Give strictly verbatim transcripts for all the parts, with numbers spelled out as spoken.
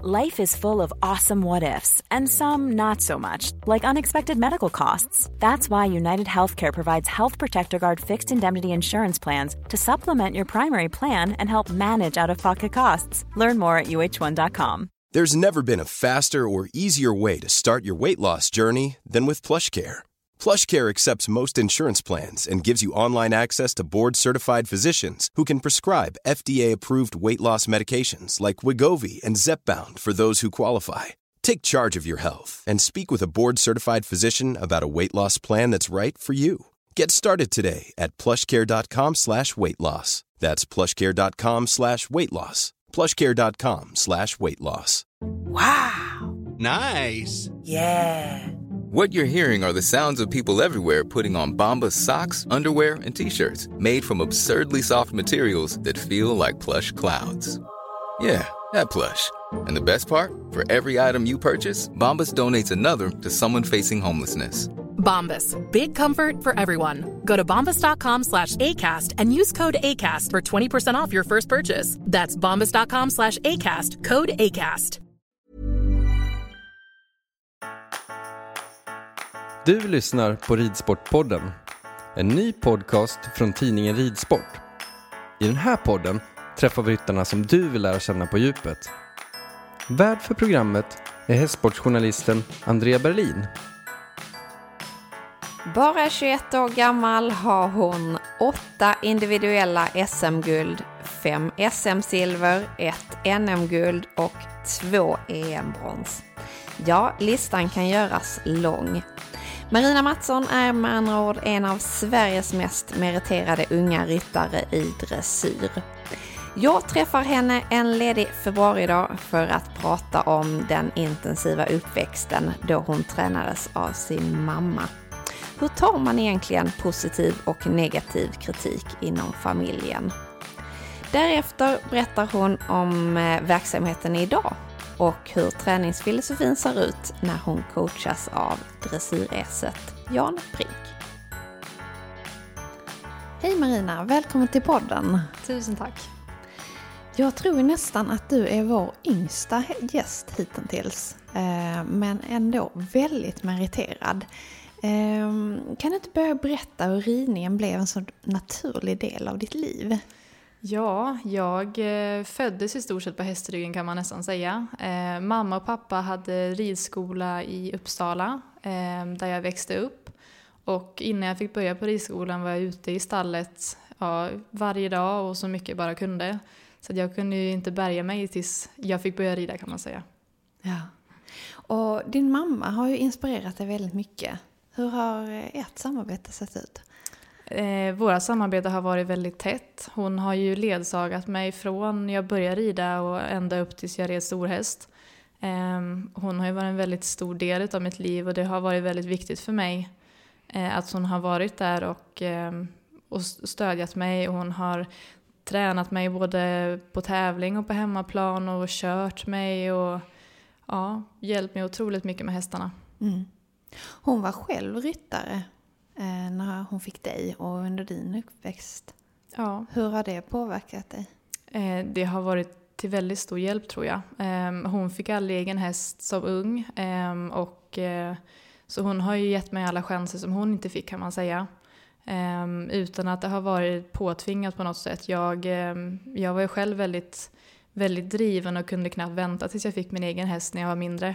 Life is full of awesome what-ifs, and some not so much, like unexpected medical costs. That's why United Healthcare provides Health Protector Guard fixed indemnity insurance plans to supplement your primary plan and help manage out-of-pocket costs. Learn more at U H one dot com. There's never been a faster or easier way to start your weight loss journey than with PlushCare. PlushCare accepts most insurance plans and gives you online access to board-certified physicians who can prescribe F D A-approved weight loss medications like Wegovy and Zepbound for those who qualify. Take charge of your health and speak with a board-certified physician about a weight loss plan that's right for you. Get started today at plushcare.com slash weight loss. That's plushcare.com slash weight loss. plushcare.com slash weight loss. Wow! Nice! Yeah! What you're hearing are the sounds of people everywhere putting on Bombas socks, underwear, and T-shirts made from absurdly soft materials that feel like plush clouds. Yeah, that plush. And the best part? For every item you purchase, Bombas donates another to someone facing homelessness. Bombas. Big comfort for everyone. Go to bombas.com slash ACAST and use code ACAST for twenty percent off your first purchase. That's bombas.com slash ACAST. Code ACAST. Du lyssnar på Ridsportpodden, en ny podcast från tidningen Ridsport. I den här podden träffar vi ryttarna som du vill lära känna på djupet. Värd för programmet är hästsportjournalisten Andrea Berlin. Bara tjugoett år gammal har hon åtta individuella S M-guld, fem S M-silver, ett N M-guld och två E M-brons. Ja, listan kan göras lång. Marina Mattsson är med andra ord en av Sveriges mest meriterade unga ryttare i dressyr. Jag träffar henne en ledig februaridag för att prata om den intensiva uppväxten då hon tränades av sin mamma. Hur tar man egentligen positiv och negativ kritik inom familjen? Därefter berättar hon om verksamheten idag och hur träningsfilosofin ser ut när hon coachas av dressyräset Jan Brink. Hej Marina, välkommen till podden. Tusen tack. Jag tror nästan att du är vår yngsta gäst hittills, men ändå väldigt meriterad. Kan du inte börja berätta hur ridningen blev en så naturlig del av ditt liv? Ja, jag föddes i stort sett på hästryggen kan man nästan säga. Eh, mamma och pappa hade ridskola i Uppsala eh, där jag växte upp. Och innan jag fick börja på ridskolan var jag ute i stallet ja, varje dag och så mycket jag bara kunde. Så jag kunde ju inte bärga mig tills jag fick börja rida kan man säga. Ja. Och din mamma har ju inspirerat dig väldigt mycket. Hur har ert samarbete sett ut? Eh, våra samarbete har varit väldigt tätt. Hon har ju ledsagat mig från jag började rida och ända upp tills jag red storhäst. Eh, hon har ju varit en väldigt stor del av mitt liv och det har varit väldigt viktigt för mig eh, att hon har varit där och, eh, och stödjat mig. Och hon har tränat mig både på tävling och på hemmaplan och kört mig och ja, hjälpt mig otroligt mycket med hästarna. Mm. Hon var själv ryttare eh, när hon fick dig och under din uppväxt. Ja. Hur har det påverkat dig? Eh, det har varit till väldigt stor hjälp tror jag. Eh, hon fick aldrig egen häst som ung. Eh, och, eh, så hon har ju gett mig alla chanser som hon inte fick kan man säga. Eh, utan att det har varit påtvingat på något sätt. Jag, eh, jag var ju själv väldigt, väldigt driven och kunde knappt vänta tills jag fick min egen häst när jag var mindre.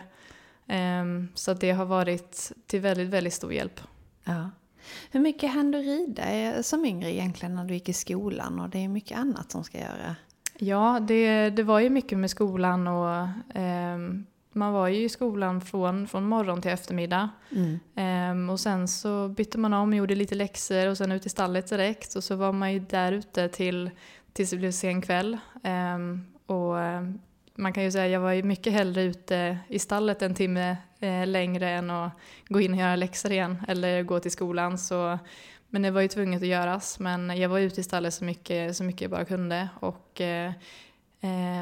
Um, så det har varit till väldigt, väldigt stor hjälp. Ja. Hur mycket hann du rida som yngre egentligen när du gick i skolan? Och det är mycket annat som ska göra. Ja, det, det var ju mycket med skolan. Och um, man var ju i skolan från, från morgon till eftermiddag. Mm. Um, och sen så bytte man om och gjorde lite läxor. Och sen ut i stallet direkt. Och så var man ju där ute till, tills det blev sen kväll. Um, och... Man kan ju säga att jag var ju mycket hellre ute i stallet en timme eh, längre än att gå in och göra läxor igen eller gå till skolan. Så, men det var ju tvunget att göras. Men jag var ute i stallet så mycket, så mycket jag bara kunde. Och eh, eh,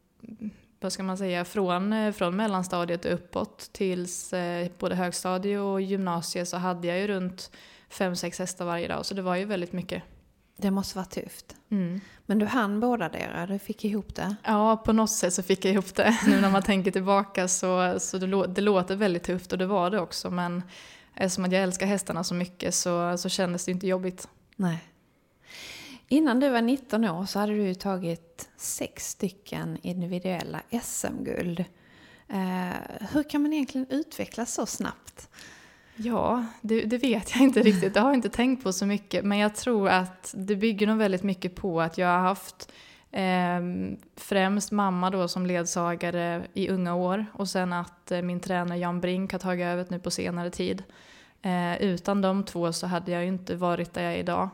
vad ska man säga, från, från mellanstadiet uppåt tills eh, både högstadie och gymnasiet så hade jag ju runt fem sex hästar varje dag. Så det var ju väldigt mycket. Det måste vara tufft. Mm. Men du hann båda det, du fick ihop det? Ja, på något sätt så fick jag ihop det. Nu när man tänker tillbaka så, så det, lå- det låter väldigt tufft och det var det också. Men eftersom att jag älskar hästarna så mycket så, så kändes det inte jobbigt. Nej. Innan du var nitton år så hade du ju tagit sex stycken individuella S M-guld. Eh, hur kan man egentligen utvecklas så snabbt? Ja, det, det vet jag inte riktigt. Det har jag inte tänkt på så mycket. Men jag tror att det bygger nog väldigt mycket på att jag har haft eh, främst mamma då som ledsagare i unga år. Och sen att eh, min tränare Jan Brink har tagit över nu på senare tid. Eh, utan de två så hade jag ju inte varit där jag är idag.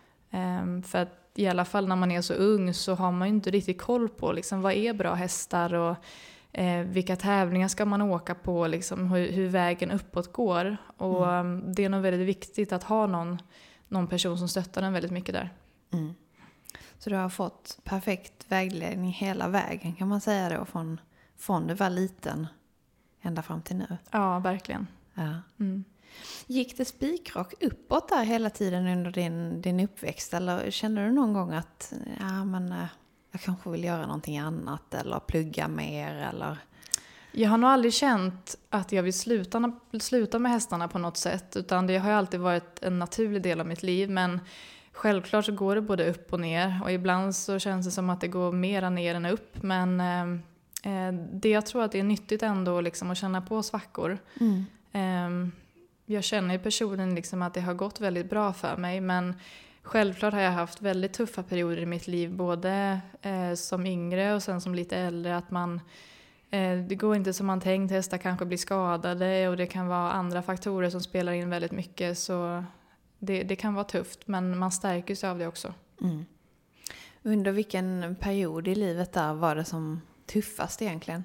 Eh, för att i alla fall när man är så ung så har man ju inte riktigt koll på liksom, vad är bra hästar och Eh, vilka tävlingar ska man åka på, liksom, hur, hur vägen uppåt går. Och mm. det är nog väldigt viktigt att ha någon, någon person som stöttar den väldigt mycket där. Mm. Så du har fått perfekt vägledning hela vägen kan man säga då, från, från du var liten ända fram till nu? Ja, verkligen. Ja. Mm. Gick det spikrak uppåt där hela tiden under din, din uppväxt? Eller kände du någon gång att ja, men, jag kanske vill göra någonting annat eller plugga mer? Eller? Jag har nog aldrig känt att jag vill sluta, sluta med hästarna på något sätt. Utan det har ju alltid varit en naturlig del av mitt liv. Men självklart så går det både upp och ner. Och ibland så känns det som att det går mera ner än upp. Men eh, det jag tror att det är nyttigt ändå liksom, att känna på svackor. Mm. Eh, jag känner ju personligen liksom att det har gått väldigt bra för mig. Men självklart har jag haft väldigt tuffa perioder i mitt liv. Både eh, som yngre och sen som lite äldre. Att man, eh, det går inte som man tänkt. Hästar kanske blir skadade. Och det kan vara andra faktorer som spelar in väldigt mycket. Så det, det kan vara tufft. Men man stärker sig av det också. Mm. Under vilken period i livet där var det som tuffast egentligen?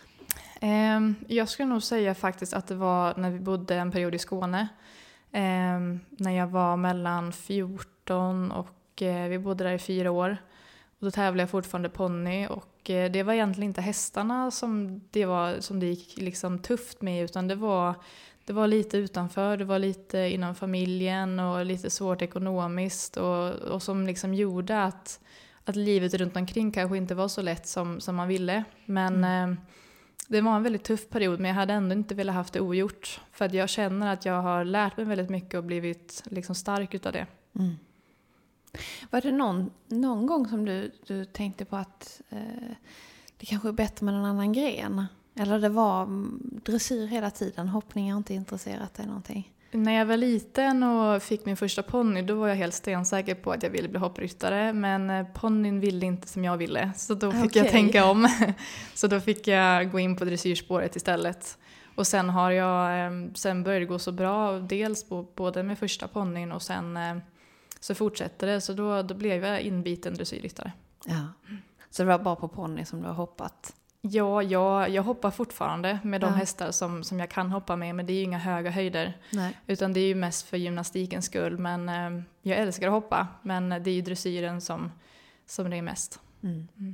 Eh, jag skulle nog säga faktiskt att det var när vi bodde en period i Skåne. Eh, när jag var mellan fjorton och eh, vi bodde där i fyra år. Och då tävlade jag fortfarande ponny och eh, det var egentligen inte hästarna som det, var, som det gick liksom tufft med, utan det var, det var lite utanför, det var lite inom familjen och lite svårt ekonomiskt och, och som liksom gjorde att, att livet runt omkring kanske inte var så lätt som, som man ville. Men mm. eh, det var en väldigt tuff period, men jag hade ändå inte velat haft det ogjort. För att jag känner att jag har lärt mig väldigt mycket och blivit liksom stark utav det. Mm. Var det någon, någon gång som du, du tänkte på att eh, det kanske är bättre med en annan gren? Eller det var dressyr hela tiden, hoppning har inte intresserat dig någonting? När jag var liten och fick min första ponny, då var jag helt stensäker på att jag ville bli hoppryttare. Men ponnyn ville inte som jag ville, så då fick okay. jag tänka om. Så då fick jag gå in på dressyrspåret istället. Och sen har jag, sen började det gå så bra, dels på, både med första ponnyn och sen så fortsätter det. Så då, då blev jag inbiten dressyrryttare. Ja. Så det var bara på ponny som du har hoppat? Ja, jag, jag hoppar fortfarande med de ja. hästar som, som jag kan hoppa med. Men det är ju inga höga höjder. Nej. Utan det är ju mest för gymnastikens skull. Men eh, jag älskar att hoppa. Men det är ju dressyren som, som det är mest. Mm. Mm.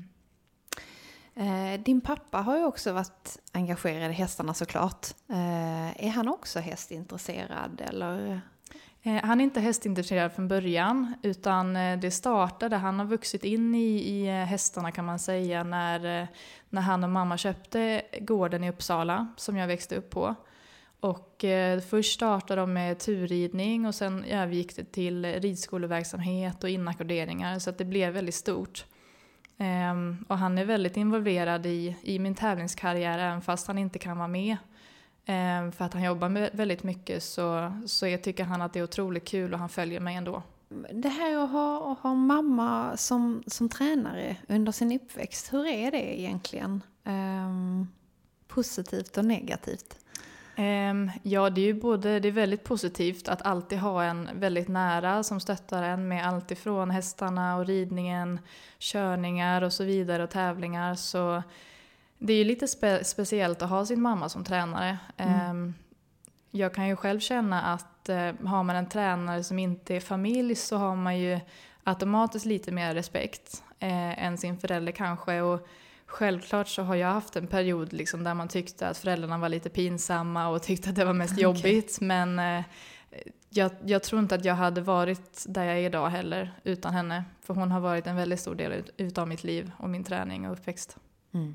Eh, din pappa har ju också varit engagerad i hästarna såklart. Eh, är han också hästintresserad eller... Han är inte hästintresserad från början, utan det startade, han har vuxit in i, i hästarna kan man säga, när, när han och mamma köpte gården i Uppsala som jag växte upp på. Och eh, först startade de med turridning och sen övergick det till ridskoleverksamhet och inackorderingar, så att det blev väldigt stort. Ehm, och han är väldigt involverad i, i min tävlingskarriär, även fast han inte kan vara med. För att han jobbar med väldigt mycket, så, så jag tycker han att det är otroligt kul och han följer mig ändå. Det här att ha, att ha mamma som, som tränare under sin uppväxt, hur är det egentligen? Um, positivt och negativt? Um, ja, det är ju både, det är väldigt positivt att alltid ha en väldigt nära som stöttar en med allt ifrån hästarna och ridningen, körningar och så vidare och tävlingar, så... Det är ju lite spe- speciellt att ha sin mamma som tränare. Mm. Jag kan ju själv känna att har man en tränare som inte är familj, så har man ju automatiskt lite mer respekt eh, än sin förälder kanske. Och självklart så har jag haft en period liksom där man tyckte att föräldrarna var lite pinsamma och tyckte att det var mest okay. jobbigt. Men eh, jag, jag tror inte att jag hade varit där jag är idag heller utan henne. För hon har varit en väldigt stor del ut, utav mitt liv och min träning och uppväxt. Mm.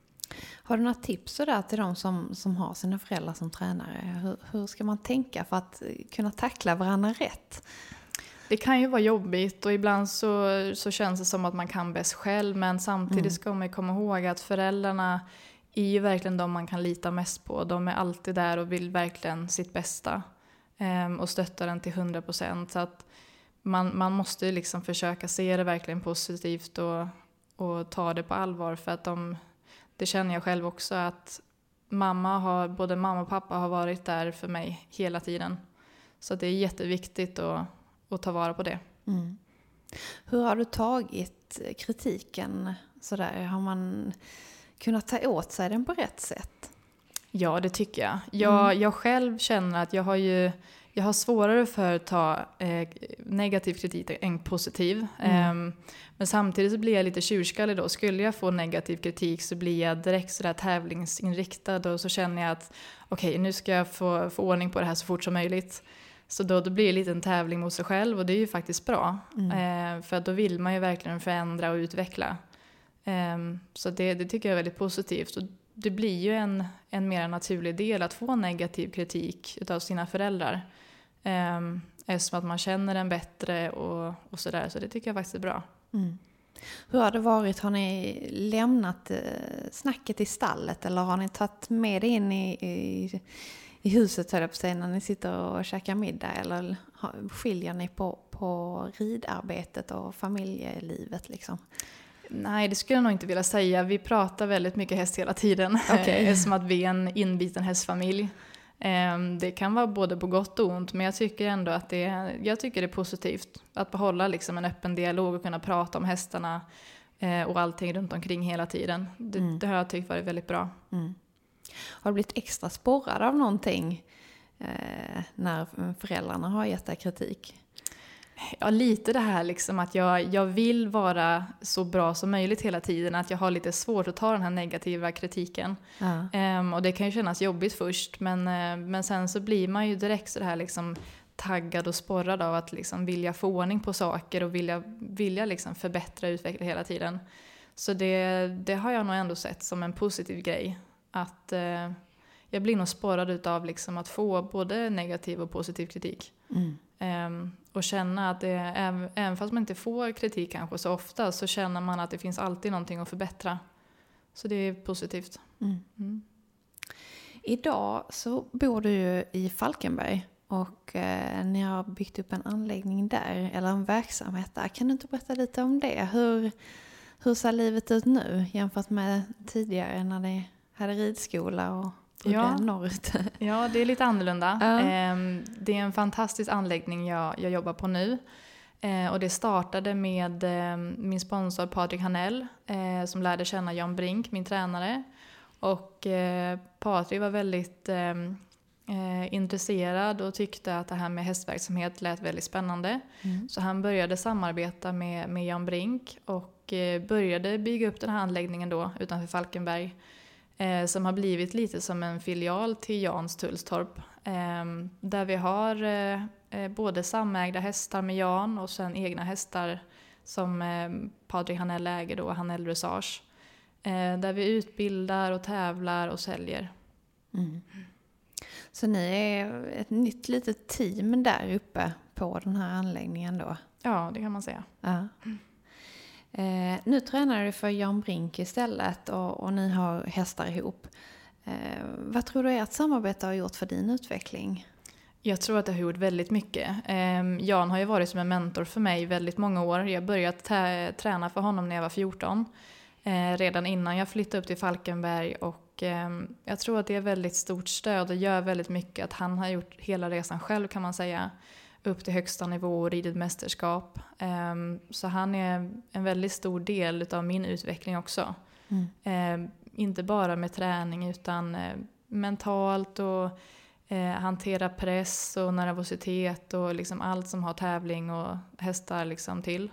Har du några tips så där till de som, som har sina föräldrar som tränare? Hur, hur ska man tänka för att kunna tackla varandra rätt? Det kan ju vara jobbigt och ibland så, så känns det som att man kan bäst själv. Men samtidigt mm. ska man komma ihåg att föräldrarna är ju verkligen de man kan lita mest på. De är alltid där och vill verkligen sitt bästa. Um, och stöttar den till hundra procent. Så att man, man måste liksom försöka se det verkligen positivt och, och ta det på allvar. För att de, det känner jag själv också att mamma har, både mamma och pappa har varit där för mig hela tiden. Så det är jätteviktigt att, att ta vara på det. Mm. Hur har du tagit kritiken sådär? Har man kunnat ta åt sig den på rätt sätt? Ja, det tycker jag. Jag, mm. jag själv känner att jag har ju jag har svårare för att ta eh, negativ kritik än positiv. Mm. Eh, men samtidigt så blir jag lite tjurskallig då. Skulle jag få negativ kritik så blir jag direkt sådär tävlingsinriktad och så känner jag att okej, okay, nu ska jag få, få ordning på det här så fort som möjligt. Så då, då blir det lite en tävling mot sig själv och det är ju faktiskt bra. Mm. Eh, för då vill man ju verkligen förändra och utveckla. Eh, så det, det tycker jag är väldigt positivt. Och det blir ju en, en mer naturlig del att få negativ kritik av sina föräldrar. Um, eftersom att man känner den bättre och, och sådär. Så det tycker jag faktiskt är bra. Mm. Hur har det varit? Har ni lämnat eh, snacket i stallet? Eller har ni tagit med det in i, i, i huset höll jag på sig, när ni sitter och käkar middag? Eller har, skiljer ni på, på ridarbetet och familjelivet liksom? Nej, det skulle jag nog inte vilja säga. Vi pratar väldigt mycket häst hela tiden. Okay. Eftersom att vi är en inbiten hästfamilj. Det kan vara både på gott och ont. Men jag tycker ändå att det är, jag tycker det är positivt. Att behålla liksom en öppen dialog och kunna prata om hästarna. Och allting runt omkring hela tiden. Det, mm. det har jag tyckt varit väldigt bra. Mm. Har du blivit extra sporrad av någonting eh, när föräldrarna har gett dig kritik? Ja, lite det här liksom att jag, jag vill vara så bra som möjligt hela tiden. Att jag har lite svårt att ta den här negativa kritiken. Ja. Um, och det kan ju kännas jobbigt först. Men, uh, men sen så blir man ju direkt så här liksom taggad och sporrad av att liksom vilja få ordning på saker. Och vilja, vilja liksom förbättra och utveckla hela tiden. Så det, det har jag nog ändå sett som en positiv grej. Att uh, jag blir nog sporrad utav liksom att få både negativ och positiv kritik. Mm. Um, och känna att det, även, även fast man inte får kritik kanske så ofta, så känner man att det finns alltid någonting att förbättra. Så det är positivt. Mm. Mm. Idag så bor du ju i Falkenberg och eh, ni har byggt upp en anläggning där, eller en verksamhet där. Kan du inte berätta lite om det? Hur, hur ser livet ut nu jämfört med tidigare när ni hade ridskola och ja. norrut? Ja, det är lite annorlunda. Ja. Det är en fantastisk anläggning jag, jag jobbar på nu. Och det startade med min sponsor Patrik Hanell som lärde känna Jan Brink, min tränare. Och Patrik var väldigt eh, intresserad och tyckte att det här med hästverksamhet lät väldigt spännande. Mm. Så han började samarbeta med, med Jan Brink och började bygga upp den här anläggningen då utanför Falkenberg. Eh, som har blivit lite som en filial till Jans Tullstorp. Eh, där vi har eh, både samägda hästar med Jan och sen egna hästar som eh, Patrik Hanell äger då, Hanell Dressage. Eh, där vi utbildar och tävlar och säljer. Mm. Så ni är ett nytt litet team där uppe på den här anläggningen då? Ja, det kan man säga. Ja. Mm. Eh, nu tränar du för Jan Brink istället och, och ni har hästar ihop. Eh, vad tror du ert samarbete har gjort för din utveckling? Jag tror att det har gjort väldigt mycket. Eh, Jan har ju varit som en mentor för mig väldigt många år. Jag började tä- träna för honom när jag var fjorton. Eh, redan innan jag flyttade upp till Falkenberg. Och eh, jag tror att det är väldigt stort stöd och gör väldigt mycket. Att han har gjort hela resan själv kan man säga. Upp till högsta nivå och ridit mästerskap. Um, så han är en väldigt stor del av min utveckling också. Mm. Um, inte bara med träning utan uh, mentalt och uh, hantera press och nervositet och liksom allt som har tävling och hästar liksom till.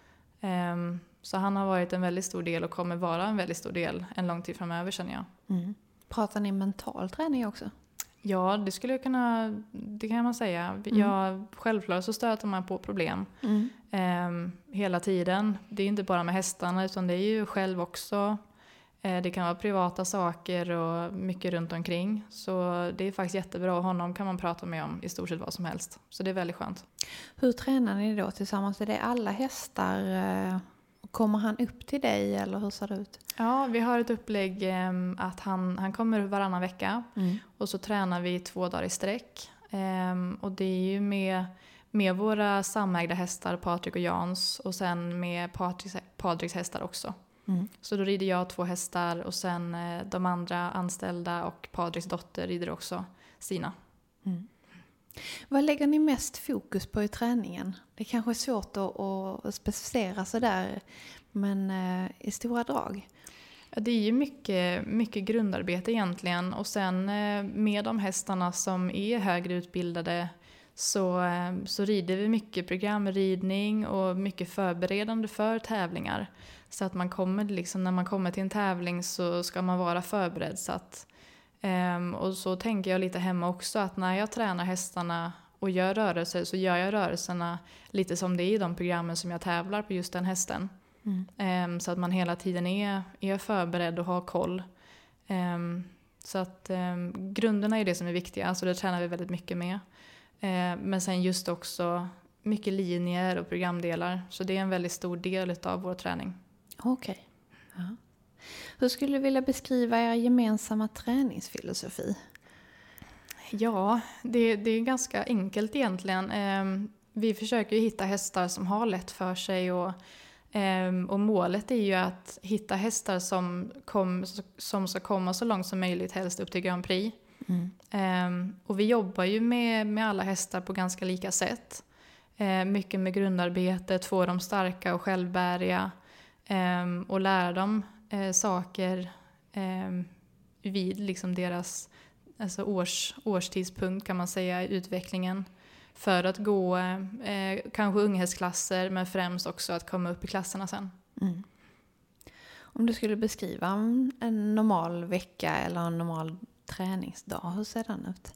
Um, så han har varit en väldigt stor del och kommer vara en väldigt stor del en lång tid framöver känner jag. Mm. Pratar ni mental träning också? Ja, det skulle jag kunna, det kan man säga. Mm. Jag, självklart så stöter man på problem mm. eh, hela tiden. Det är inte bara med hästarna utan det är ju själv också. Eh, det kan vara privata saker och mycket runt omkring. Så det är faktiskt jättebra. Honom kan man prata med om i stort sett vad som helst. Så det är väldigt skönt. Hur tränar ni då tillsammans? Är det alla hästar? Eh, kommer han upp till dig eller hur ser det ut? Ja, vi har ett upplägg eh, att han, han kommer varannan vecka. Mm. Och så tränar vi två dagar i sträck. Eh, och det är ju med, med våra samägda hästar, Patrik och Jans. Och sen med Patriks, Patriks hästar också. Mm. Så då rider jag två hästar och sen eh, de andra anställda och Patriks dotter rider också sina. Mm. Vad lägger ni mest fokus på i träningen? Det kanske är svårt att, att specificera sådär, men eh, i stora drag. Ja, det är ju mycket, mycket grundarbete egentligen. Och sen eh, med de hästarna som är högre utbildade så, eh, så rider vi mycket programridning och mycket förberedande för tävlingar. Så att man kommer, liksom, när man kommer till en tävling så ska man vara förberedd. Så att, um, och så tänker jag lite hemma också att när jag tränar hästarna och gör rörelser så gör jag rörelserna lite som det är i de programmen som jag tävlar på just den hästen. Mm. Um, så att man hela tiden är, är förberedd och har koll. Um, så att um, grunderna är det som är viktiga, så det tränar vi väldigt mycket med. Uh, men sen just också mycket linjer och programdelar. Så det är en väldigt stor del av vår träning. Okej. Okay. Ja. Hur skulle du vilja beskriva er gemensamma träningsfilosofi? Ja, det, det är ganska enkelt egentligen. Eh, vi försöker ju hitta hästar som har lätt för sig. Och, eh, och målet är ju att hitta hästar som, kom, som ska komma så långt som möjligt, helst upp till Grand Prix. Mm. Eh, och vi jobbar ju med, med alla hästar på ganska lika sätt. Eh, mycket med grundarbetet, få dem starka och självbäriga. Um, och lära dem uh, saker um, vid liksom deras alltså års, årstidspunkt kan man säga i utvecklingen. För att gå uh, kanske unghästklasser men främst också att komma upp i klasserna sen. Mm. Om du skulle beskriva en normal vecka eller en normal träningsdag, hur ser den ut?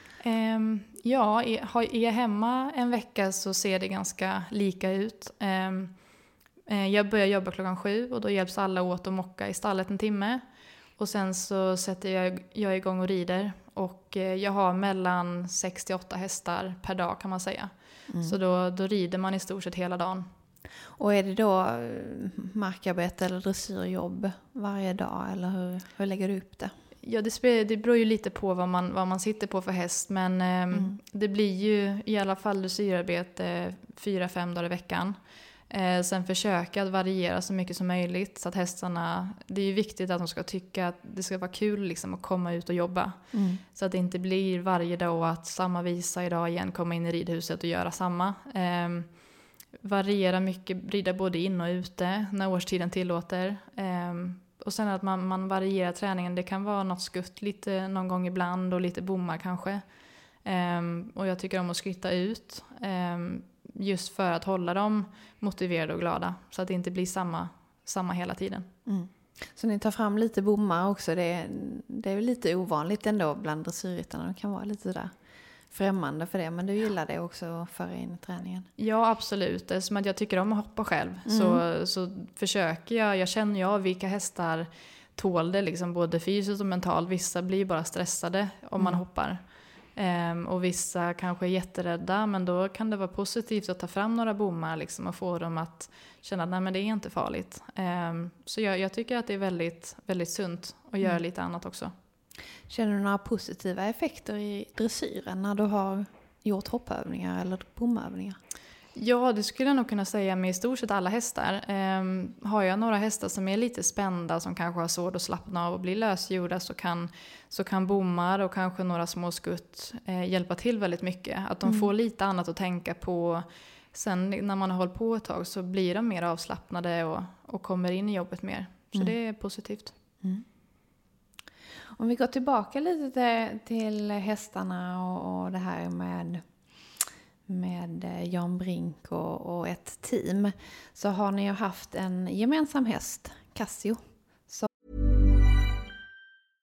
Um, ja, är, är jag hemma en vecka så ser det ganska lika ut. Um, Jag börjar jobba klockan sju och då hjälps alla åt att mocka i stallet en timme. Och sen så sätter jag, jag igång och rider. Och jag har mellan sex till åtta hästar per dag kan man säga. Mm. Så då, då rider man i stort sett hela dagen. Och är det då markarbete eller dressyrjobb varje dag? Eller hur, hur lägger du upp det? Ja, det, spe, det beror ju lite på vad man, vad man sitter på för häst. Men eh, mm. det blir ju i alla fall dressyrarbete fyra, fem dagar i veckan. Eh, sen försöka att variera så mycket som möjligt så att hästarna, det är ju viktigt att de ska tycka att det ska vara kul liksom, att komma ut och jobba. Mm. Så att det inte blir varje dag att samma visa idag igen, komma in i ridhuset och göra samma. Eh, variera mycket, rida både in och ute när årstiden tillåter. Eh, och sen att man, man varierar träningen, det kan vara något skutt lite någon gång ibland och lite bommar kanske. Eh, och jag tycker om att skritta ut. Eh, Just för att hålla dem motiverade och glada. Så att det inte blir samma, samma hela tiden. Mm. Så ni tar fram lite bommar också. Det är, det är lite ovanligt ändå bland dressyrryttarna. De kan vara lite där främmande för det. Men du gillar det också att föra in i träningen? Ja, absolut. Som att jag tycker om att hoppa själv. Mm. Så, så försöker jag. Jag känner ju av vilka hästar tål det. Liksom, både fysiskt och mentalt. Vissa blir bara stressade om man mm. hoppar. Um, och vissa kanske är jätterädda, men då kan det vara positivt att ta fram några bommar liksom, och få dem att känna att nej, men det är inte farligt. Um, så jag, jag tycker att det är väldigt, väldigt sunt att göra mm. lite annat också. Känner du några positiva effekter i dressyren när du har gjort hoppövningar eller bomövningar? Ja, det skulle jag nog kunna säga med i stort sett alla hästar. Um, har jag några hästar som är lite spända, som kanske har svårt att slappna av och bli lösgjorda, så kan, så kan bommar och kanske några små skutt eh, hjälpa till väldigt mycket. Att de mm. får lite annat att tänka på. Sen när man har hållit på ett tag så blir de mer avslappnade och, och kommer in i jobbet mer. Så mm. det är positivt. Mm. Om vi går tillbaka lite till, till hästarna och, och det här med... med Jan Brink och, och ett team, så har ni ju haft en gemensam häst, Casio. Så...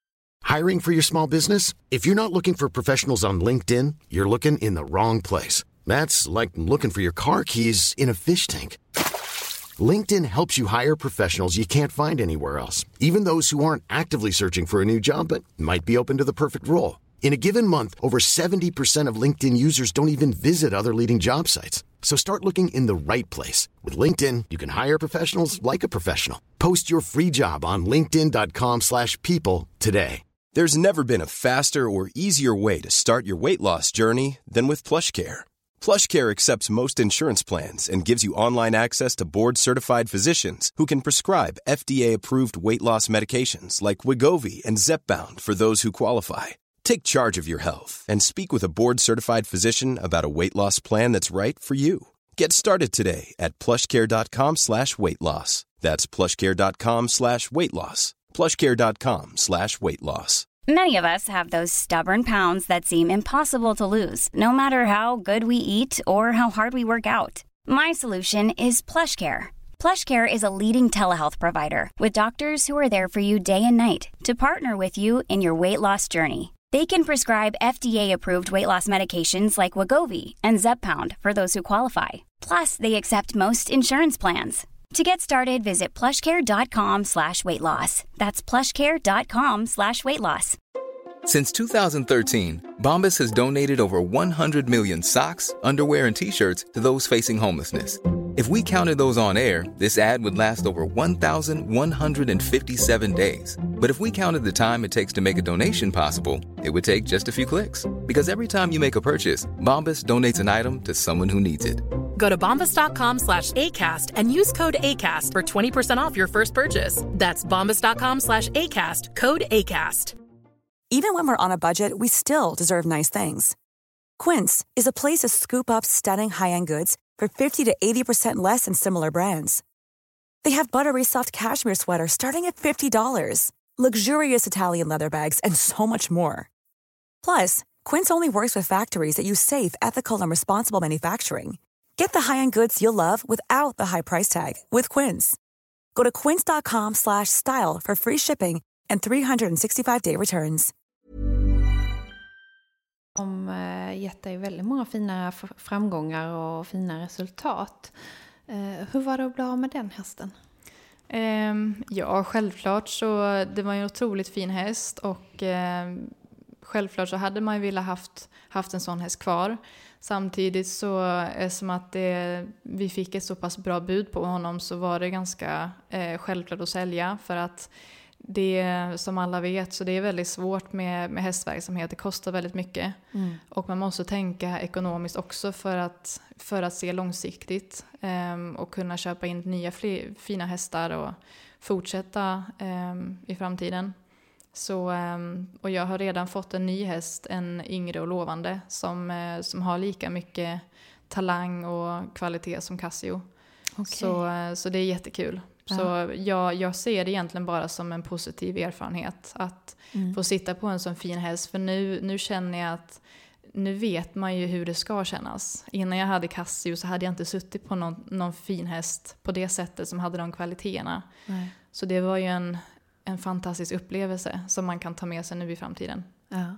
Hiring for your small business? If you're not looking for professionals on LinkedIn, you're looking in the wrong place. That's like looking for your car keys in a fish tank. LinkedIn helps you hire professionals you can't find anywhere else, even those who aren't actively searching for a new job but might be open to the perfect role. In a given month, over seventy percent of LinkedIn users don't even visit other leading job sites. So start looking in the right place. With LinkedIn, you can hire professionals like a professional. Post your free job on linkedin dot com slash people today. There's never been a faster or easier way to start your weight loss journey than with PlushCare. PlushCare accepts most insurance plans and gives you online access to board-certified physicians who can prescribe F D A-approved weight loss medications like Wegovy and Zepbound for those who qualify. Take charge of your health and speak with a board-certified physician about a weight loss plan that's right for you. Get started today at plushcare.com slash weight loss. That's plushcare.com slash weight loss. plushcare.com slash weight loss. Many of us have those stubborn pounds that seem impossible to lose, no matter how good we eat or how hard we work out. My solution is PlushCare. PlushCare is a leading telehealth provider with doctors who are there for you day and night to partner with you in your weight loss journey. They can prescribe F D A-approved weight loss medications like Wegovy and Zepbound for those who qualify. Plus, they accept most insurance plans. To get started, visit plushcare.com slash weight loss. That's plushcare.com slash weight loss. Since two thousand thirteen, Bombas has donated over one hundred million socks, underwear, and T-shirts to those facing homelessness. If we counted those on air, this ad would last over one thousand one hundred fifty-seven days. But if we counted the time it takes to make a donation possible, it would take just a few clicks. Because every time you make a purchase, Bombas donates an item to someone who needs it. Go to bombas.com slash ACAST and use code ACAST for twenty percent off your first purchase. That's bombas.com slash ACAST, code ACAST. Even when we're on a budget, we still deserve nice things. Quince is a place to scoop up stunning high-end goods for fifty to eighty percent less than similar brands. They have buttery soft cashmere sweaters starting at fifty dollars, luxurious Italian leather bags, and so much more. Plus, Quince only works with factories that use safe, ethical, and responsible manufacturing. Get the high-end goods you'll love without the high price tag with Quince. Go to quince.com slash style for free shipping and three sixty-five day returns. Som gett dig väldigt många fina framgångar och fina resultat. Hur var det att bli av med den hästen? Um, ja, självklart så det var en otroligt fin häst och um, självklart så hade man ju velat haft, haft en sån häst kvar. Samtidigt så är det som att det, vi fick ett så pass bra bud på honom så var det ganska eh, självklart att sälja för att det som alla vet så det är väldigt svårt med, med hästverksamhet. Det kostar väldigt mycket mm. och man måste tänka ekonomiskt också för att, för att se långsiktigt um, och kunna köpa in nya fler, fina hästar och fortsätta um, i framtiden. Så, um, och jag har redan fått en ny häst, en yngre och lovande som, uh, som har lika mycket talang och kvalitet som Casio. Okay. Så, uh, så det är jättekul. Så jag, jag ser det egentligen bara som en positiv erfarenhet att mm. få sitta på en sån fin häst. För nu, nu känner jag att nu vet man ju hur det ska kännas. Innan jag hade Casio så hade jag inte suttit på någon, någon fin häst på det sättet som hade de kvaliteterna. Nej. Så det var ju en, en fantastisk upplevelse som man kan ta med sig nu i framtiden. Ja.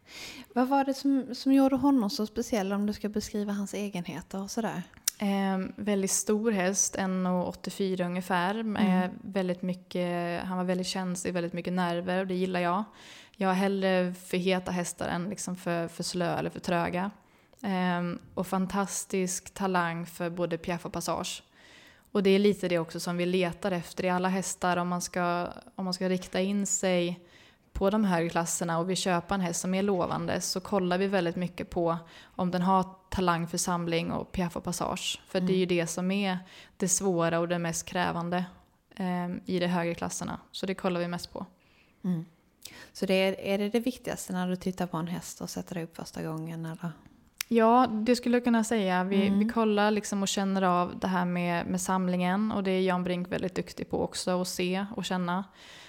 Vad var det som, som gjorde honom så speciell om du ska beskriva hans egenheter och sådär? Eh, väldigt stor häst, en komma åttiofyra ungefär. Mm. Eh, väldigt mycket, han var väldigt känslig, väldigt mycket nerver och det gillar jag. Jag har hellre för heta hästar än liksom för, för slö eller för tröga. Eh, och fantastisk talang för både piaff och passage. Och det är lite det också som vi letar efter i alla hästar. Om man ska, om man ska rikta in sig på de högre klasserna och vi köper en häst som är lovande så kollar vi väldigt mycket på om den har talang för samling och piaff och passage. För mm. det är ju det som är det svåra och det mest krävande eh, i de högre klasserna. Så det kollar vi mest på. Mm. Så det är, är det det viktigaste när du tittar på en häst och sätter dig upp första gången? Eller? Ja, det skulle jag kunna säga. Vi, mm. vi kollar liksom och känner av det här med, med samlingen. Och det är Jan Brink väldigt duktig på också att se och känna.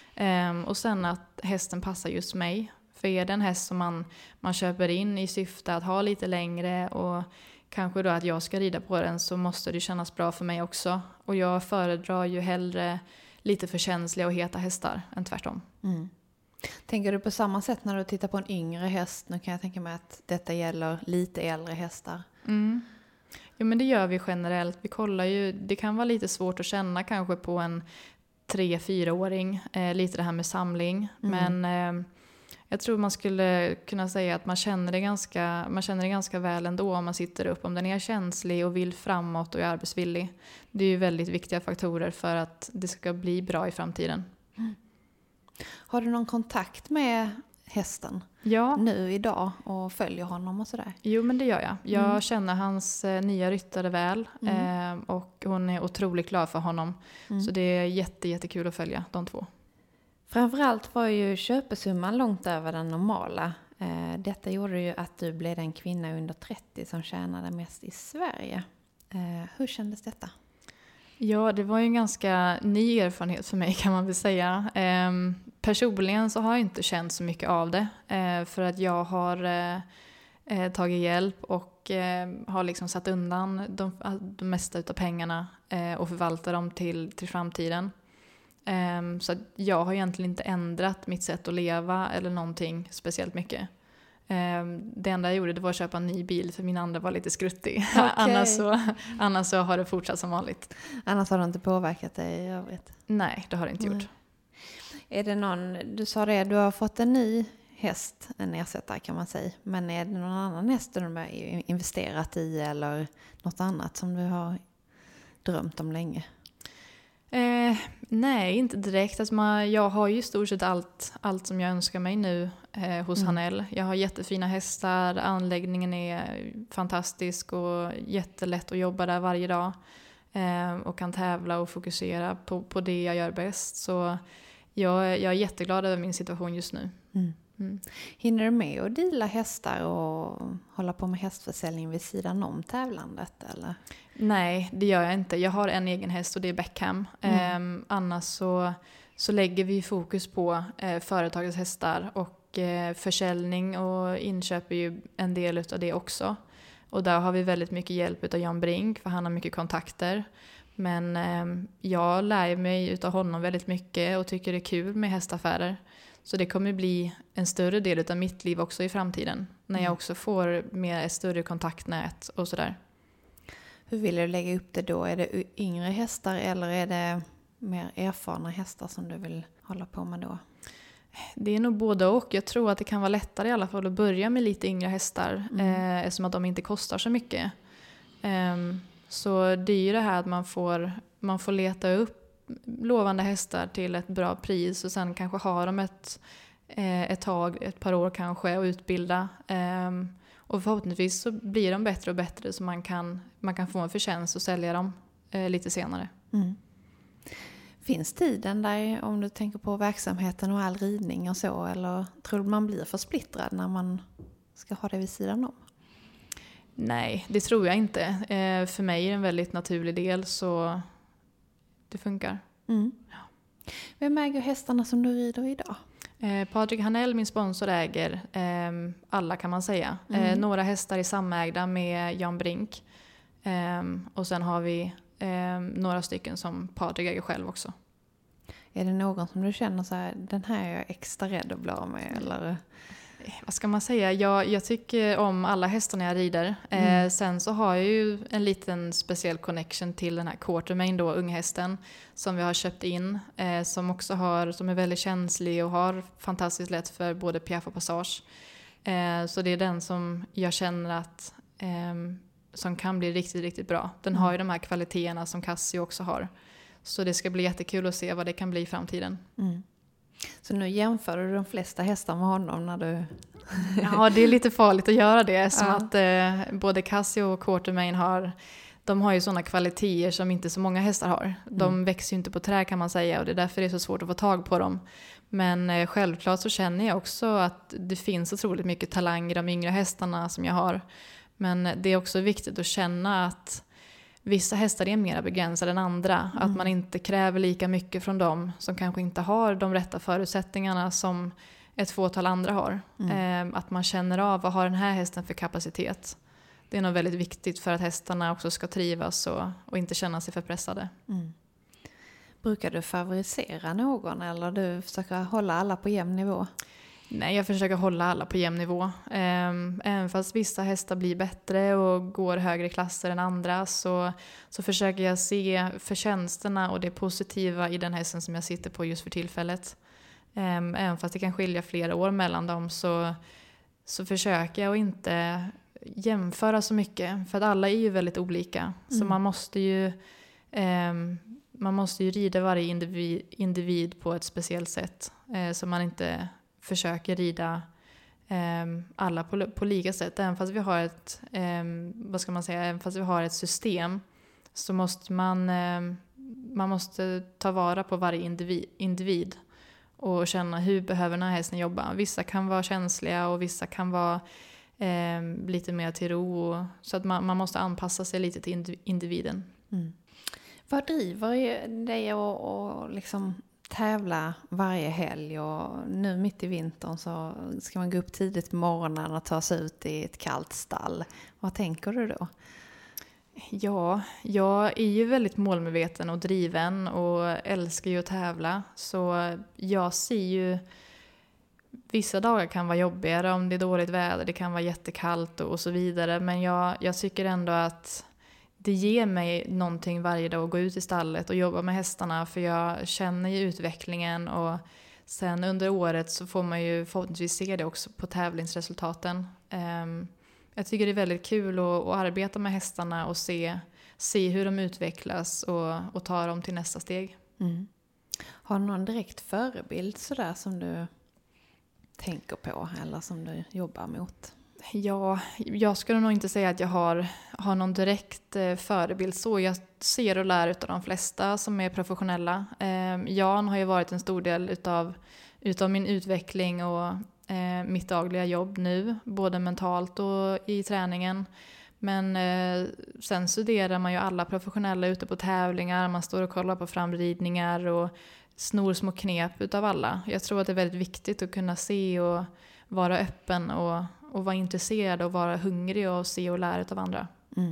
Um, och sen att hästen passar just mig. För är det en häst som man, man köper in i syfte att ha lite längre och kanske då att jag ska rida på den så måste det kännas bra för mig också. Och jag föredrar ju hellre lite för känsliga och heta hästar än tvärtom. Mm. Tänker du på samma sätt när du tittar på en yngre häst? Nu kan jag tänka mig att detta gäller lite äldre hästar. Mm. Jo, men det gör vi generellt. Vi kollar ju, det kan vara lite svårt att känna kanske på en tre-fyraåring. Eh, lite det här med samling. Mm. Men eh, jag tror man skulle kunna säga att man känner det ganska, man känner det ganska väl ändå om man sitter upp. Om den är känslig och vill framåt och är arbetsvillig. Det är ju väldigt viktiga faktorer för att det ska bli bra i framtiden. Mm. Har du någon kontakt med hästen ja. nu idag och följer honom och sådär? Jo, men det gör jag. Jag mm. känner hans eh, nya ryttare väl mm. eh, och hon är otroligt glad för honom. Mm. Så det är jätte, jättekul att följa de två. Framförallt var ju köpesumman långt över den normala. Eh, detta gjorde ju att du blev den kvinna under trettio som tjänade mest i Sverige. Eh, hur kändes detta? Ja, det var ju en ganska ny erfarenhet för mig kan man väl säga. Eh, personligen så har jag inte känt så mycket av det. Eh, för att jag har eh, tagit hjälp och eh, har liksom satt undan de, de mesta av pengarna eh, och förvaltar dem till, till framtiden. Um, så jag har egentligen inte ändrat mitt sätt att leva eller någonting speciellt mycket. Um, det enda jag gjorde det var att köpa en ny bil för min andra var lite skruttig. Okay. annars, så, annars så har det fortsatt som vanligt. Annars har det inte påverkat dig i övrigt? Nej, det har det inte Nej. gjort. Är det någon, du sa det, du har fått en ny häst, en ersättare kan man säga. Men är det någon annan häst du har investerat i eller något annat som du har drömt om länge? Eh, nej, inte direkt. Alltså man, jag har ju i stort sett allt, allt som jag önskar mig nu eh, hos mm. Hanell. Jag har jättefina hästar, anläggningen är fantastisk och jättelätt att jobba där varje dag. Eh, och kan tävla och fokusera på, på det jag gör bäst. Så jag, jag är jätteglad över min situation just nu. Mm. Mm. Hinner du med att deala hästar och hålla på med hästförsäljning vid sidan om tävlandet? Eller? Nej, det gör jag inte. Jag har en egen häst och det är Beckham. Mm. Eh, annars så, så lägger vi fokus på eh, företagets hästar och eh, försäljning och inköp är ju en del av det också. Och där har vi väldigt mycket hjälp av Jan Brink för han har mycket kontakter. Men eh, jag lär mig av honom väldigt mycket och tycker det är kul med hästaffärer. Så det kommer bli en större del av mitt liv också i framtiden. När jag också får mer ett större kontaktnät och sådär. Hur vill du lägga upp det då? Är det yngre hästar eller är det mer erfarna hästar som du vill hålla på med då? Det är nog både och. Jag tror att det kan vara lättare i alla fall att börja med lite yngre hästar. Mm. Eh, eftersom att de inte kostar så mycket. Eh, så det är ju det här att man får, man får leta upp lovande hästar till ett bra pris och sen kanske ha dem ett, ett tag, ett par år kanske och utbilda. Och förhoppningsvis så blir de bättre och bättre så man kan, man kan få en förtjänst och sälja dem lite senare. Mm. Finns tiden där om du tänker på verksamheten och all ridning och så eller tror du man blir för splittrad när man ska ha det vid sidan om? Nej, det tror jag inte. För mig är det en väldigt naturlig del så det funkar. Mm. Ja. Vem äger hästarna som du rider idag? Eh, Patrik Hanell, min sponsor, äger eh, alla kan man säga. Mm. Eh, några hästar är samägda med Jan Brink. Eh, och sen har vi eh, några stycken som Patrik äger själv också. Är det någon som du känner så här, den här är jag extra rädd att bli av med? Eller? Vad ska man säga? Jag, jag tycker om alla hästarna jag rider. Mm. Eh, sen så har jag ju en liten speciell connection till den här Quartermain då, unghästen. Som vi har köpt in. Eh, som också har, som är väldigt känslig och har fantastiskt lätt för både piaff och passage. Eh, så det är den som jag känner att eh, som kan bli riktigt, riktigt bra. Den mm. har ju de här kvaliteterna som Cassie också har. Så det ska bli jättekul att se vad det kan bli i framtiden. Mm. Så nu jämför du de flesta hästar med honom när du... Ja, det är lite farligt att göra det. Som ja. att eh, både Cassie och Quartermain har... De har ju sådana kvaliteter som inte så många hästar har. De mm. växer ju inte på trä kan man säga. Och det är därför det är så svårt att få tag på dem. Men eh, självklart så känner jag också att det finns otroligt mycket talang i de yngre hästarna som jag har. Men det är också viktigt att känna att... Vissa hästar är mer begränsade än andra. Mm. Att man inte kräver lika mycket från dem som kanske inte har de rätta förutsättningarna som ett fåtal andra har. Mm. Eh, att man känner av vad har den här hästen för kapacitet. Det är nog väldigt viktigt för att hästarna också ska trivas och, och inte känna sig för pressade. Mm. Brukar du favorisera någon eller du försöker hålla alla på jämn nivå? Nej, jag försöker hålla alla på jämn nivå. Även fast vissa hästar blir bättre och går högre klasser än andra så, så försöker jag se förtjänsterna och det positiva i den hästen som jag sitter på just för tillfället. Även fast det kan skilja flera år mellan dem så, så försöker jag att inte jämföra så mycket. För att alla är ju väldigt olika. Mm. Så man måste ju... Man måste ju rida varje individ, individ på ett speciellt sätt. Eh, så man inte försöker rida eh, alla på, på lika sätt. Även fast vi har ett, eh, vad ska man säga, även fast vi har ett system så måste man, eh, man måste ta vara på varje individ, individ och känna hur behöver den här hästen jobba. Vissa kan vara känsliga och vissa kan vara eh, lite mer till ro. Så att man, man måste anpassa sig lite till individen. Mm. Vad driver dig att och liksom tävla varje helg och nu mitt i vintern så ska man gå upp tidigt på morgonen och ta sig ut i ett kallt stall. Vad tänker du då? Ja, jag är ju väldigt målmedveten och driven och älskar ju att tävla. Så jag ser ju, vissa dagar kan vara jobbigare om det är dåligt väder, det kan vara jättekallt och så vidare. Men jag, jag tycker ändå att det ger mig någonting varje dag att gå ut i stallet och jobba med hästarna för jag känner ju utvecklingen och sen under året så får man ju förhoppningsvis se det också på tävlingsresultaten. Um, jag tycker det är väldigt kul att, att arbeta med hästarna och se, se hur de utvecklas och, och ta dem till nästa steg. Mm. Har du någon direkt förebild sådär som du tänker på eller som du jobbar mot? Ja, jag skulle nog inte säga att jag har, har någon direkt eh, förebild så. Jag ser och lär utav de flesta som är professionella. Eh, Jan har ju varit en stor del utav, utav min utveckling och eh, mitt dagliga jobb nu. Både mentalt och i träningen. Men eh, sen studerar man ju alla professionella ute på tävlingar. Man står och kollar på framridningar och snor små knep utav alla. Jag tror att det är väldigt viktigt att kunna se och vara öppen och Och vara intresserad och vara hungrig och se och lära av andra. Mm.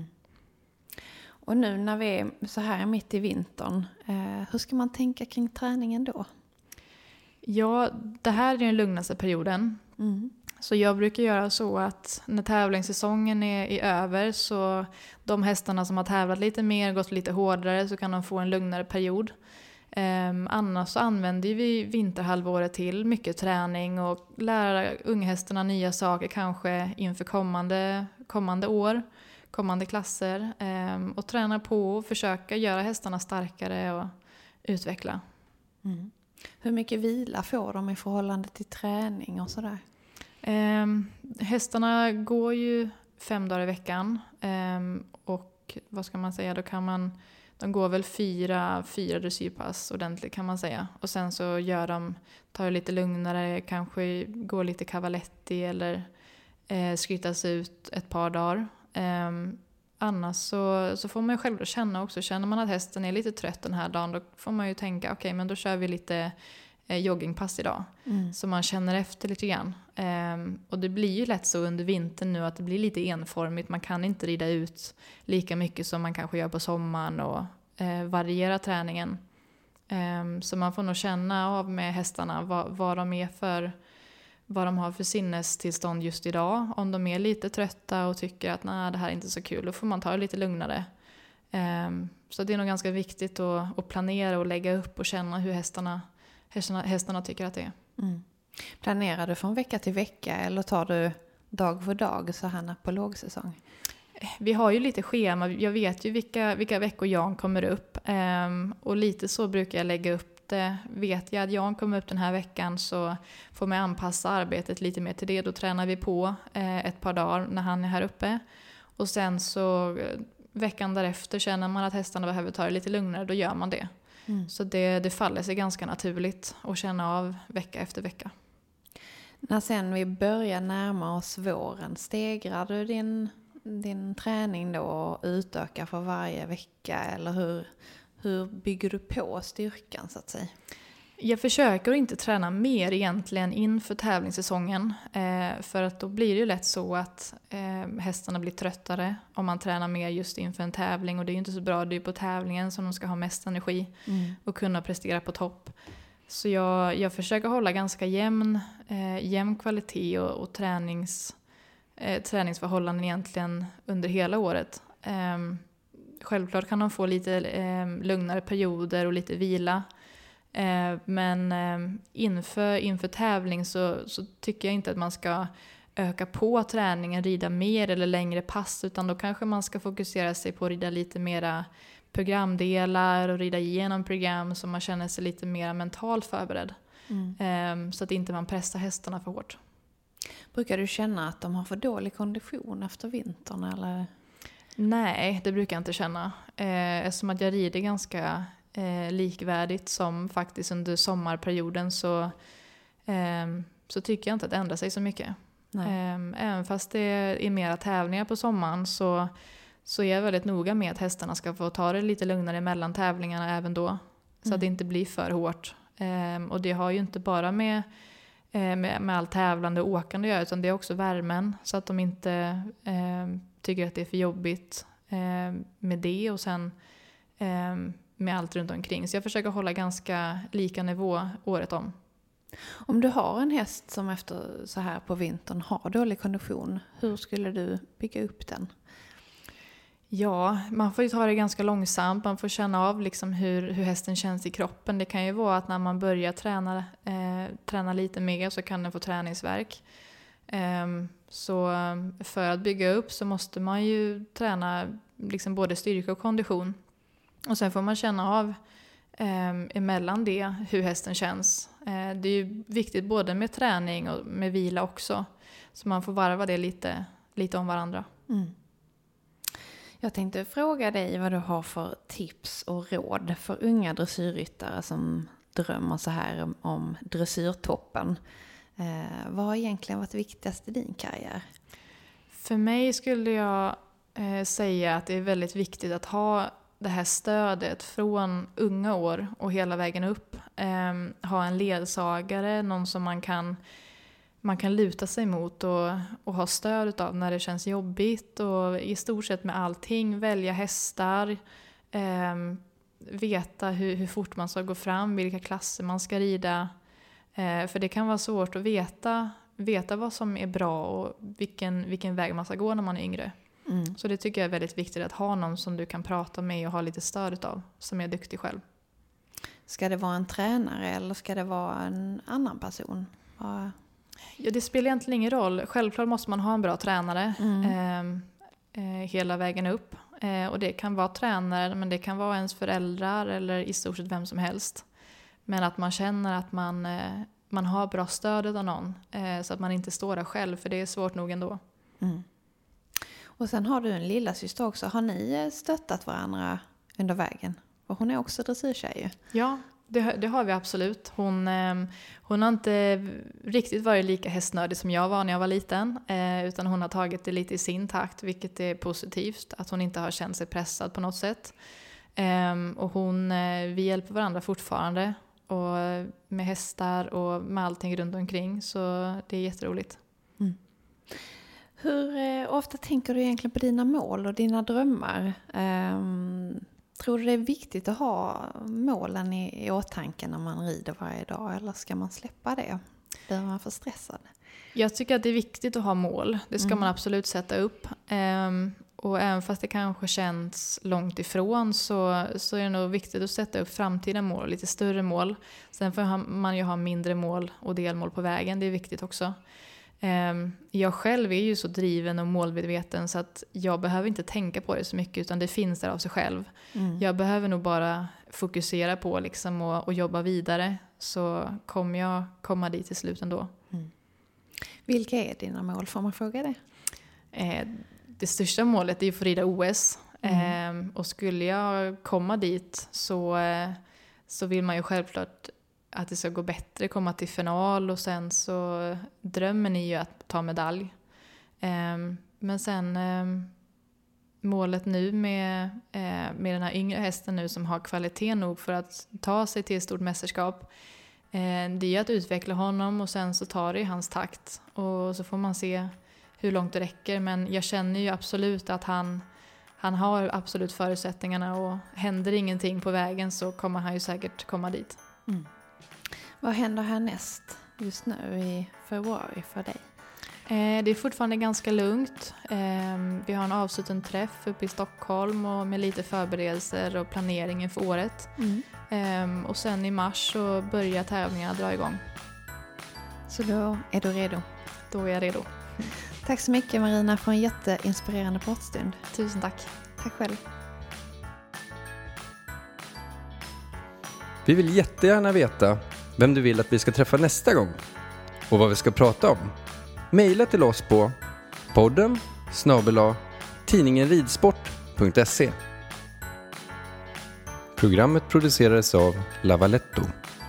Och nu när vi är så här mitt i vintern, eh, hur ska man tänka kring träningen då? Ja, det här är den lugnaste perioden. Mm. Så jag brukar göra så att när tävlingssäsongen är, är över så de hästarna som har tävlat lite mer, gått lite hårdare så kan de få en lugnare period. Um, annars så använder vi vinterhalvåret till mycket träning och lära unghästarna nya saker kanske inför kommande, kommande år, kommande klasser um, och träna på och försöka göra hästarna starkare och utveckla. Mm. Hur mycket vila får de i förhållande till träning och sådär? Um, hästarna går ju fem dagar i veckan um, och vad ska man säga, då kan man De går väl fyra, fyra dressyrpass ordentligt kan man säga. Och sen så gör de, tar det lite lugnare, kanske går lite cavaletti eller eh, skrytas ut ett par dagar. Eh, annars så, så får man ju själv känna också, känner man att hästen är lite trött den här dagen, då får man ju tänka, okej okay, men då kör vi lite eh, joggingpass idag. Mm. Så man känner efter lite grann. Eh, och det blir ju lätt så under vintern nu att det blir lite enformigt. Man kan inte rida ut lika mycket som man kanske gör på sommaren och eh, variera träningen. Eh, så man får nog känna av med hästarna vad, vad de är för, vad de har för sinnestillstånd just idag. Om de är lite trötta och tycker att nej, det här är inte så kul, då får man ta det lite lugnare. Eh, så det är nog ganska viktigt att, att planera och lägga upp och känna hur hästarna Hästarna, hästarna tycker att det är. Mm. Planerar du från vecka till vecka eller tar du dag för dag så här på lågsäsong? Vi har ju lite schema. Jag vet ju vilka, vilka veckor Jan kommer upp. Um, och lite så brukar jag lägga upp det. Vet jag att Jan kommer upp den här veckan så får man anpassa arbetet lite mer till det. Då tränar vi på uh, ett par dagar när han är här uppe. Och sen så uh, veckan därefter känner man att hästarna behöver ta det lite lugnare. Då gör man det. Mm. Så det, det faller sig ganska naturligt att känna av vecka efter vecka. När sen vi börjar närma oss våren, stegrar du din, din träning då och utökar för varje vecka? Eller hur, hur bygger du på styrkan så att säga? Jag försöker inte träna mer egentligen inför tävlingssäsongen. Eh, för att då blir det ju lätt så att eh, hästarna blir tröttare om man tränar mer just inför en tävling. Och det är ju inte så bra, det är ju på tävlingen som de ska ha mest energi mm. och kunna prestera på topp. Så jag, jag försöker hålla ganska jämn, eh, jämn kvalitet och, och tränings, eh, träningsförhållanden egentligen under hela året. Eh, självklart kan de få lite eh, lugnare perioder och lite vila. Eh, men eh, inför, inför tävling så, så tycker jag inte att man ska öka på träningen, rida mer eller längre pass. Utan då kanske man ska fokusera sig på att rida lite mera programdelar och rida igenom program så man känner sig lite mer mentalt förberedd. Mm. Så att inte man pressar hästarna för hårt. Brukar du känna att de har för dålig kondition efter vintern? Eller? Nej, det brukar jag inte känna. Eftersom att jag rider ganska likvärdigt som faktiskt under sommarperioden så, så tycker jag inte att det ändrar sig så mycket. Nej. Även fast det är mera tävlingar på sommaren så Så är jag väldigt noga med att hästarna ska få ta det lite lugnare mellan tävlingarna även då. Så mm. att det inte blir för hårt. Ehm, och det har ju inte bara med, eh, med, med all tävlande och åkande att göra. Utan det är också värmen. Så att de inte eh, tycker att det är för jobbigt eh, med det. Och sen eh, med allt runt omkring. Så jag försöker hålla ganska lika nivå året om. Om du har en häst som efter så här på vintern har dålig kondition. Hur skulle du bygga upp den? Ja, man får ju ta det ganska långsamt. Man får känna av liksom hur, hur hästen känns i kroppen. Det kan ju vara att när man börjar träna, eh, träna lite mer så kan den få träningsvärk. Eh, så för att bygga upp så måste man ju träna liksom både styrka och kondition. Och sen får man känna av eh, emellan det hur hästen känns. Eh, det är ju viktigt både med träning och med vila också. Så man får varva det lite, lite om varandra. Mm. Jag tänkte fråga dig vad du har för tips och råd för unga dressyrryttare som drömmer så här om dressyrtoppen. Eh, vad har egentligen varit viktigast i din karriär? För mig skulle jag eh, säga att det är väldigt viktigt att ha det här stödet från unga år och hela vägen upp. Eh, ha en ledsagare, någon som man kan... man kan luta sig mot och, och ha stöd av när det känns jobbigt och i stort sett med allting, välja hästar, eh, veta hur, hur fort man ska gå fram, vilka klasser man ska rida. Eh, för det kan vara svårt att veta, veta vad som är bra och vilken, vilken väg man ska gå när man är yngre. Mm. Så det tycker jag är väldigt viktigt att ha någon som du kan prata med och ha lite stöd av, som är duktig själv. Ska det vara en tränare eller ska det vara en annan person? Ja. Ja, det spelar egentligen ingen roll. Självklart måste man ha en bra tränare mm. eh, eh, hela vägen upp. Eh, och det kan vara tränare, men det kan vara ens föräldrar eller i stort sett vem som helst. Men att man känner att man, eh, man har bra stöd av någon eh, så att man inte står där själv, för det är svårt nog ändå. Mm. Och sen har du en lilla syster också. Har ni stöttat varandra under vägen? Och hon är också dressyrtjej ju. Ja. Det, det har vi absolut. Hon, eh, hon har inte riktigt varit lika hästnördig som jag var när jag var liten. Eh, utan hon har tagit det lite i sin takt, vilket är positivt. Att hon inte har känt sig pressad på något sätt. Eh, och hon, eh, vi hjälper varandra fortfarande. Och med hästar och med allting runt omkring. Så det är jätteroligt. Mm. Hur eh, ofta tänker du egentligen på dina mål och dina drömmar? Um... Tror du det är viktigt att ha målen i, i åtanke när man rider varje dag? Eller ska man släppa det? Blir man för stressad? Jag tycker att det är viktigt att ha mål. Det ska mm. man absolut sätta upp. Um, och även fast det kanske känns långt ifrån så, så är det nog viktigt att sätta upp framtida mål. Lite större mål. Sen får man ju ha mindre mål och delmål på vägen. Det är viktigt också. Um, jag själv är ju så driven och målmedveten så att jag behöver inte tänka på det så mycket, utan det finns där av sig själv. Mm. Jag behöver nog bara fokusera på liksom och, och jobba vidare, så kommer jag komma dit till slut ändå. Mm. Vilka är dina mål, får man fråga det? Eh, det största målet är att få rida O S. Mm. Eh, och skulle jag komma dit så, eh, så vill man ju självklart att det ska gå bättre, komma till final, och sen så drömmen är ju att ta medalj. Um, men sen um, målet nu med, uh, med den här yngre hästen nu som har kvalitet nog för att ta sig till ett stort mästerskap Det är ju att utveckla honom och sen så tar det i hans takt. Och så får man se hur långt det räcker. Men jag känner ju absolut att han, han har absolut förutsättningarna. Och händer ingenting på vägen så kommer han ju säkert komma dit. Mm. Vad händer härnäst just nu i februari för dig? Det är fortfarande ganska lugnt. Vi har en avslutad träff uppe i Stockholm och med lite förberedelser och planeringen för året. Mm. Och sen i mars så börjar tävlingarna dra igång. Så då är du redo? Då är jag redo. Tack så mycket Marina för en jätteinspirerande pratstund. Tusen tack. Tack själv. Vi vill jättegärna veta vem du vill att vi ska träffa nästa gång och vad vi ska prata om. Maila till oss på podden snabel-a tidningen ridsport punkt se. Programmet producerades av Lavaletto.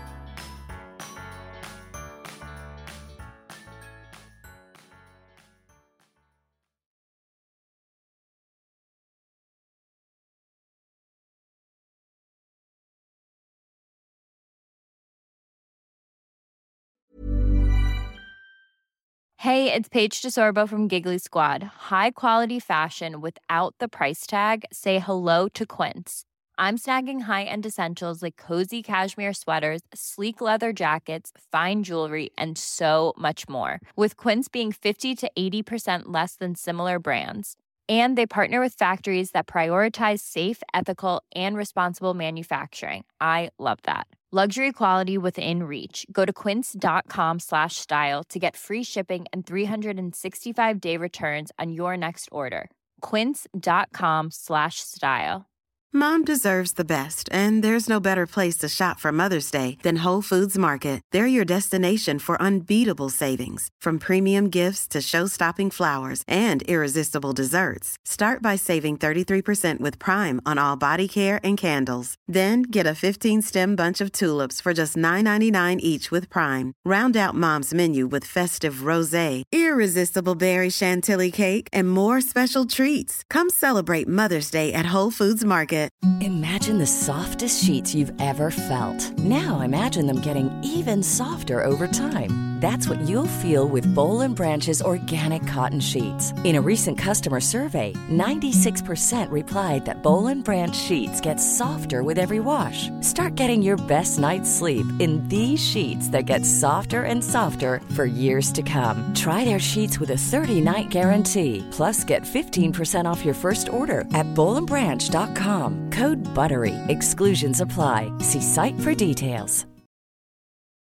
Hey, it's Paige DeSorbo from Giggly Squad. High quality fashion without the price tag. Say hello to Quince. I'm snagging high-end essentials like cozy cashmere sweaters, sleek leather jackets, fine jewelry, and so much more. With Quince being fifty to eighty percent less than similar brands. And they partner with factories that prioritize safe, ethical, and responsible manufacturing. I love that. Luxury quality within reach. Go to quince.com slash style to get free shipping and three sixty-five day returns on your next order. Quince.com slash style. Mom deserves the best, and there's no better place to shop for Mother's Day than Whole Foods Market. They're your destination for unbeatable savings, from premium gifts to show-stopping flowers and irresistible desserts. Start by saving thirty-three percent with Prime on all body care and candles. Then get a fifteen-stem bunch of tulips for just nine ninety-nine each with Prime. Round out Mom's menu with festive rosé, irresistible berry chantilly cake, and more special treats. Come celebrate Mother's Day at Whole Foods Market. Imagine the softest sheets you've ever felt. Now imagine them getting even softer over time. That's what you'll feel with Boll and Branch's organic cotton sheets. In a recent customer survey, ninety-six percent replied that Boll and Branch sheets get softer with every wash. Start getting your best night's sleep in these sheets that get softer and softer for years to come. Try their sheets with a thirty-night guarantee. Plus, get fifteen percent off your first order at boll and branch dot com. Code BUTTERY. Exclusions apply. See site for details.